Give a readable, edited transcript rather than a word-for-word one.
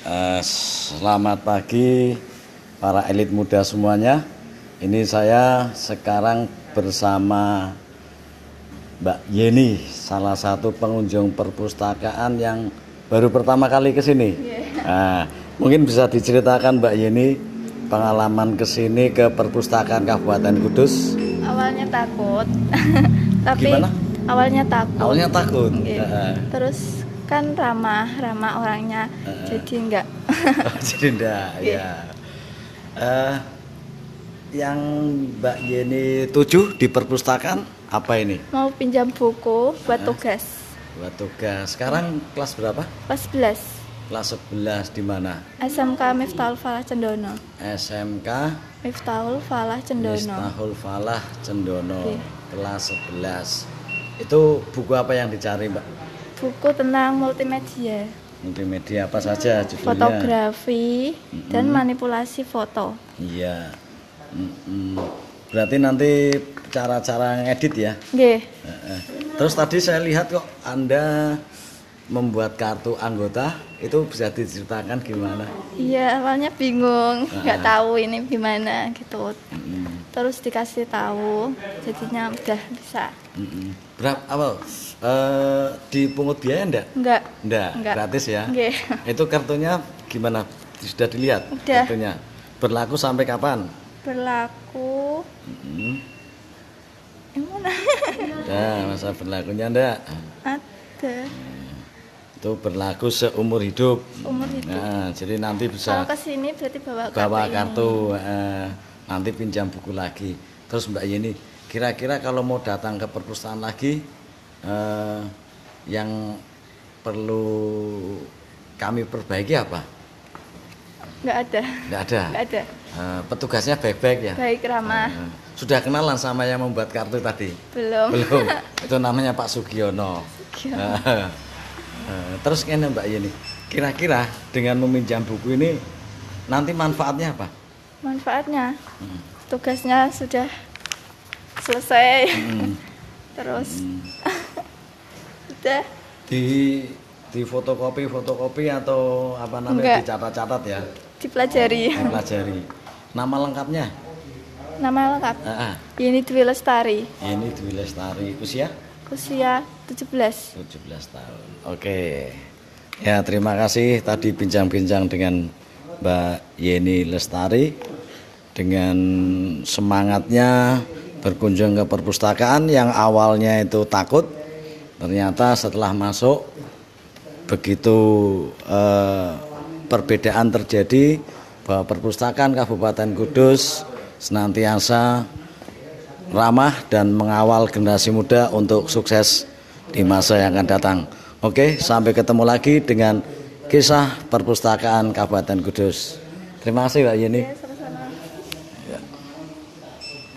Selamat pagi para elit muda semuanya. Ini saya sekarang bersama Mbak Yeni, salah satu pengunjung perpustakaan yang baru pertama kali ke sini. Nah, mungkin bisa diceritakan Mbak Yeni pengalaman ke sini ke perpustakaan Kabupaten Kudus. Awalnya takut. Tapi Gimana? Awalnya takut. Awalnya takut. Terus kan ramah orangnya, jadi enggak. Jadi enggak, ya. Yang Mbak Yeni tuju di perpustakaan apa ini? Mau pinjam buku buat tugas. Buat tugas. Sekarang kelas berapa? Kelas 11. Kelas 11 di mana? SMK Miftahul Falah Cendono. SMK Miftahul Falah Cendono. Miftahul Falah Cendono. Oke. Kelas 11. Itu buku apa yang dicari, Mbak? Buku tentang multimedia. Multimedia apa saja judulnya? Fotografi dan manipulasi foto. Iya. Berarti nanti cara-cara ngedit ya? Nggih. Terus tadi saya lihat kok Anda membuat kartu anggota, itu bisa diceritakan gimana? Iya, awalnya bingung, nggak tahu ini gimana gitu. Terus dikasih tahu, jadinya udah bisa. Berapa awal? Dipungut biaya enggak? Enggak. Gratis ya? Nggih. Itu kartunya gimana? Sudah dilihat? Udah. Kartunya. Berlaku sampai kapan? Berlaku. Gimana? Masa berlakunya enggak? Ada. Itu berlaku seumur hidup. Umur hidup. Nah, jadi nanti bisa Kalau kesini berarti bawa kartu. Nanti pinjam buku lagi. Terus Mbak Yeni, kira-kira kalau mau datang ke perpustakaan lagi, yang perlu kami perbaiki apa? Nggak ada. Nggak ada. Nggak ada. Petugasnya baik-baik ya. Baik, ramah. Sudah kenalan sama yang membuat kartu tadi? Belum. Itu namanya Pak Sugiono. Terus ini Mbak Yeni, kira-kira dengan meminjam buku ini nanti manfaatnya apa? Manfaatnya, tugasnya sudah selesai. Terus udah di fotokopi atau apa namanya? Dicatat-catat ya? dipelajari. Nama lengkapnya? Nama lengkap? Yeni Dwi Lestari. Yeni Dwi Lestari. Usia 17 tahun. Oke. Ya, terima kasih tadi bincang-bincang dengan Mbak Yeni Lestari dengan semangatnya berkunjung ke perpustakaan yang awalnya itu takut, ternyata setelah masuk begitu perbedaan terjadi bahwa perpustakaan Kabupaten Kudus senantiasa ramah dan mengawal generasi muda untuk sukses di masa yang akan datang. Oke, sampai ketemu lagi dengan kisah perpustakaan Kabupaten Kudus. Terima kasih Mbak Yeni.